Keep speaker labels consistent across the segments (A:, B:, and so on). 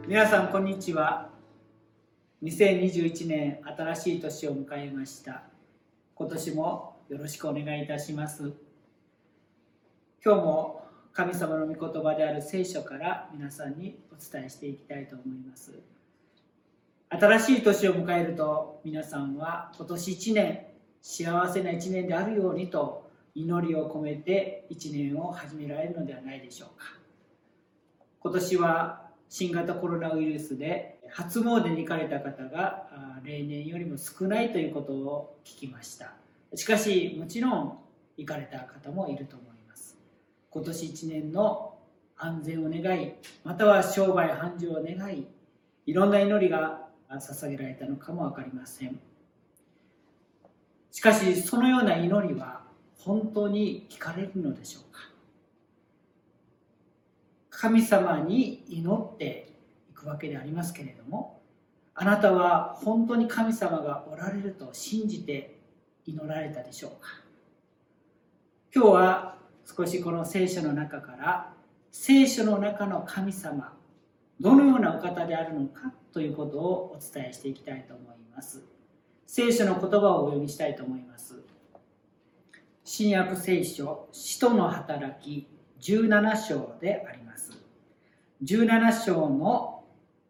A: 皆さんこんにちは。2021年新しい年を迎えました。今年もよろしくお願いいたします。今日も神様の御言葉である聖書から皆さんにお伝えしていきたいと思います。新しい年を迎えると皆さんは今年1年幸せな1年であるようにと祈りを込めて1年を始められるのではないでしょうか。今年は新型コロナウイルスで初詣に行かれた方が例年よりも少ないということを聞きました。しかしもちろん行かれた方もいると思います。今年1年の安全を願い、または商売繁盛を願い、いろんな祈りが捧げられたのかも分かりません。しかしそのような祈りは本当に聞かれるのでしょうか。神様に祈っていくわけでありますけれども、あなたは本当に神様がおられると信じて祈られたでしょうか。今日は少しこの聖書の中から聖書の中の神様、どのようなお方であるのかということをお伝えしていきたいと思います。聖書の言葉をお読みしたいと思います。新約聖書使徒の働き17章であります。17章の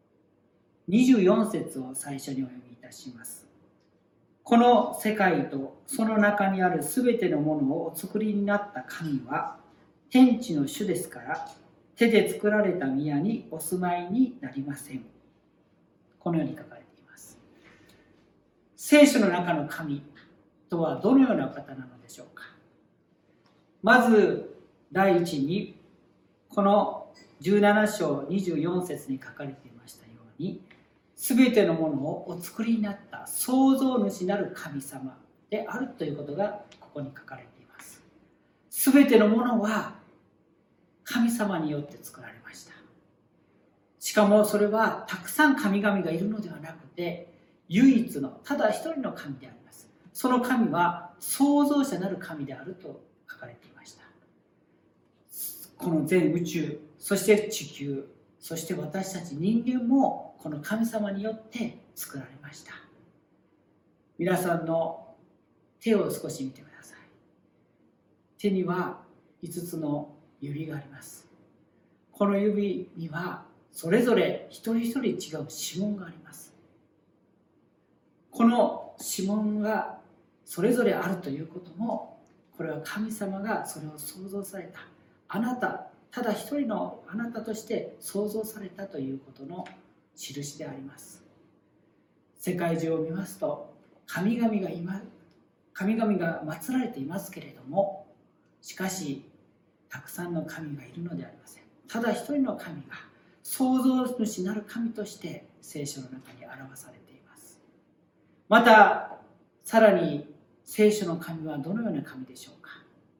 A: 24節を最初にお読みいたします。この世界とその中にあるすべてのものをお作りになった神は天地の主ですから、手で作られた宮にお住まいになりません。このように書かれています。聖書の中の神とはどのような方なのでしょうか。まず第一に、この17章24節に書かれていましたように、すべてのものをお作りになった創造主なる神様であるということがここに書かれています。すべてのものは神様によって作られました。しかもそれはたくさん神々がいるのではなくて、唯一のただ一人の神であります。その神は創造者なる神であると書かれていました。この全宇宙、そして地球、そして私たち人間もこの神様によって作られました。皆さんの手を少し見てください。手には5つの指があります。この指にはそれぞれ一人一人違う指紋があります。この指紋がそれぞれあるということも、これは神様がそれを創造された、あなた、ただ一人のあなたとして創造されたということの印であります。世界中を見ますと神々が祀られていますけれども、しかしたくさんの神がいるのではありません。ただ一人の神が創造主なる神として聖書の中に表されています。またさらに聖書の神はどのような神でしょうか。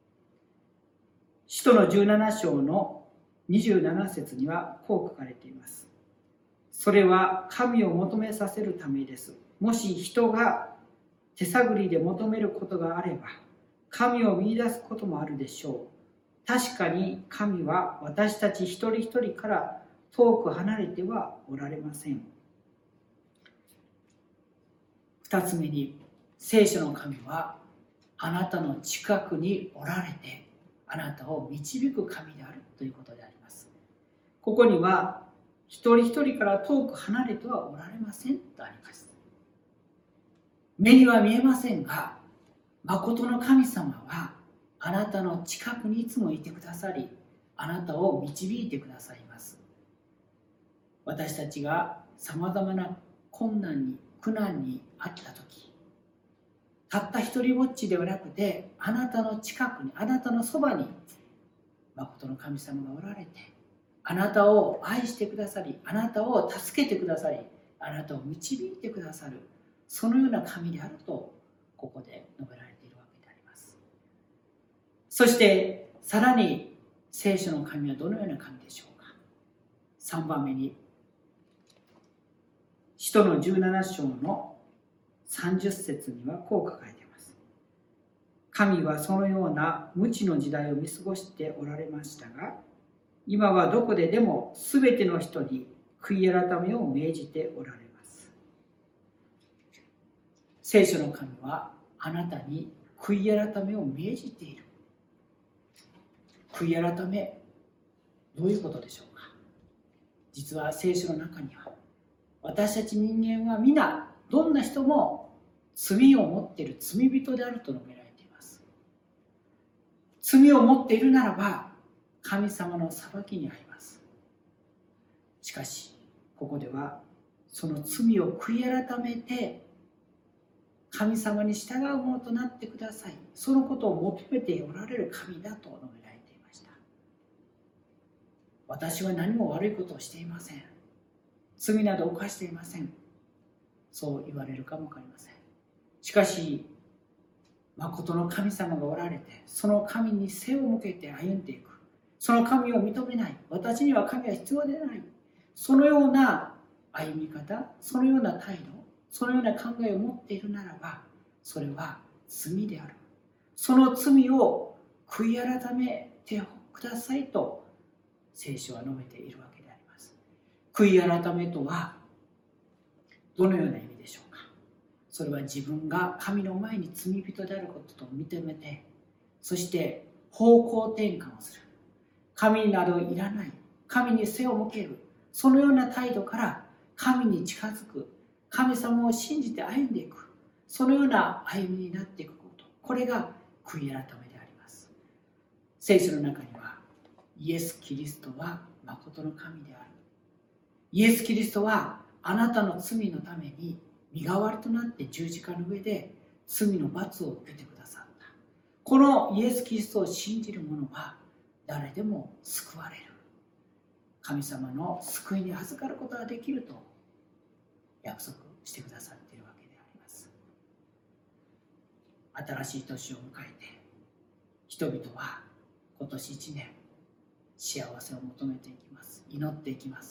A: 使徒の17章の27節にはこう書かれています。それは神を求めさせるためです。もし人が手探りで求めることがあれば、神を見出すこともあるでしょう。確かに神は私たち一人一人から遠く離れてはおられません。二つ目に、聖書の神はあなたの近くにおられて、あなたを導く神であるということであります。ここには一人一人から遠く離れてはおられませんとあります。目には見えませんが、誠の神様はあなたの近くにいつもいてくださり、あなたを導いてくださいます。私たちがさまざまな困難に苦難にあったとき、たった一人ぼっちではなくて、あなたの近くに、あなたのそばに誠の神様がおられて、あなたを愛してくださり、あなたを助けてくださり、あなたを導いてくださる、そのような神であるとここで述べられているわけであります。そしてさらに聖書の神はどのような神でしょうか。3番目に、使徒の17章の30節にはこう書かれています。神はそのような無知の時代を見過ごしておられましたが、今はどこででもすべての人に悔い改めを命じておられます。聖書の神はあなたに悔い改めを命じている。悔い改め、どういうことでしょうか。実は聖書の中には、私たち人間は皆、どんな人も罪を持っている罪人であると述べられています。罪を持っているならば、神様の裁きに遭います。しかし、ここでは、その罪を悔い改めて、神様に従うものとなってください。そのことを求めておられる神だと述べられていました。私は何も悪いことをしていません。罪など犯していません。そう言われるかもわかりません。しかし、誠の神様がおられて、その神に背を向けて歩んでいく。その神を認めない。私には神は必要でない。そのような歩み方、そのような態度、そのような考えを持っているならば、それは罪である。その罪を悔い改めてくださいと聖書は述べているわけであります。悔い改めとはどのような意味でしょうか。それは自分が神の前に罪人であることと認めて、そして方向転換をする。神などいらない。神に背を向ける。そのような態度から神に近づく。神様を信じて歩んでいく。そのような歩みになっていくこと。これが悔い改めであります。聖書の中には、イエス・キリストは誠の神である。イエス・キリストはあなたの罪のために身代わりとなって十字架の上で罪の罰を受けてくださった。このイエス・キリストを信じる者は誰でも救われる。神様の救いに預かることができると約束してくださっているわけであります。新しい年を迎えて、人々は今年1年幸せを求めていきます。祈っていきます。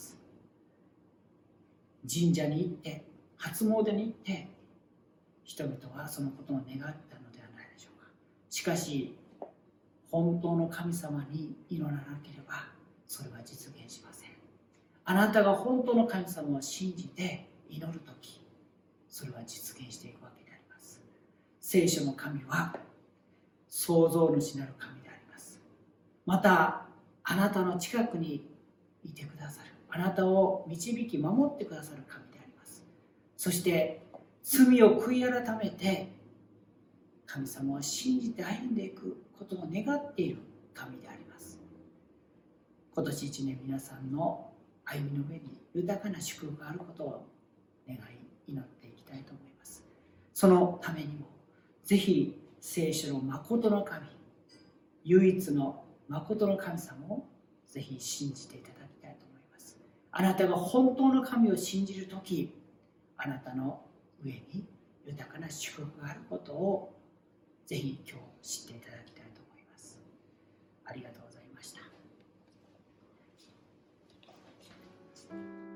A: 神社に行って、初詣に行って、人々はそのことを願ったのではないでしょうか。しかし、本当の神様に祈らなければ、それは実現しません。あなたが本当の神様を信じて祈るとき、それは実現していくわけであります。聖書の神は創造主なる神であります。また、あなたの近くにいてくださる、あなたを導き守ってくださる神であります。そして罪を悔い改めて神様を信じて歩んでいくことを願っている神であります。今年1年、皆さんの歩みの上に豊かな祝福があることを願い祈っていきたいと思います。そのためにもぜひ聖書の誠の神、唯一の誠の神様をぜひ信じていただきたいと思います。あなたが本当の神を信じるとき、あなたの上に豊かな祝福があることをぜひ今日知っていただきたいと思います。ありがとうございました。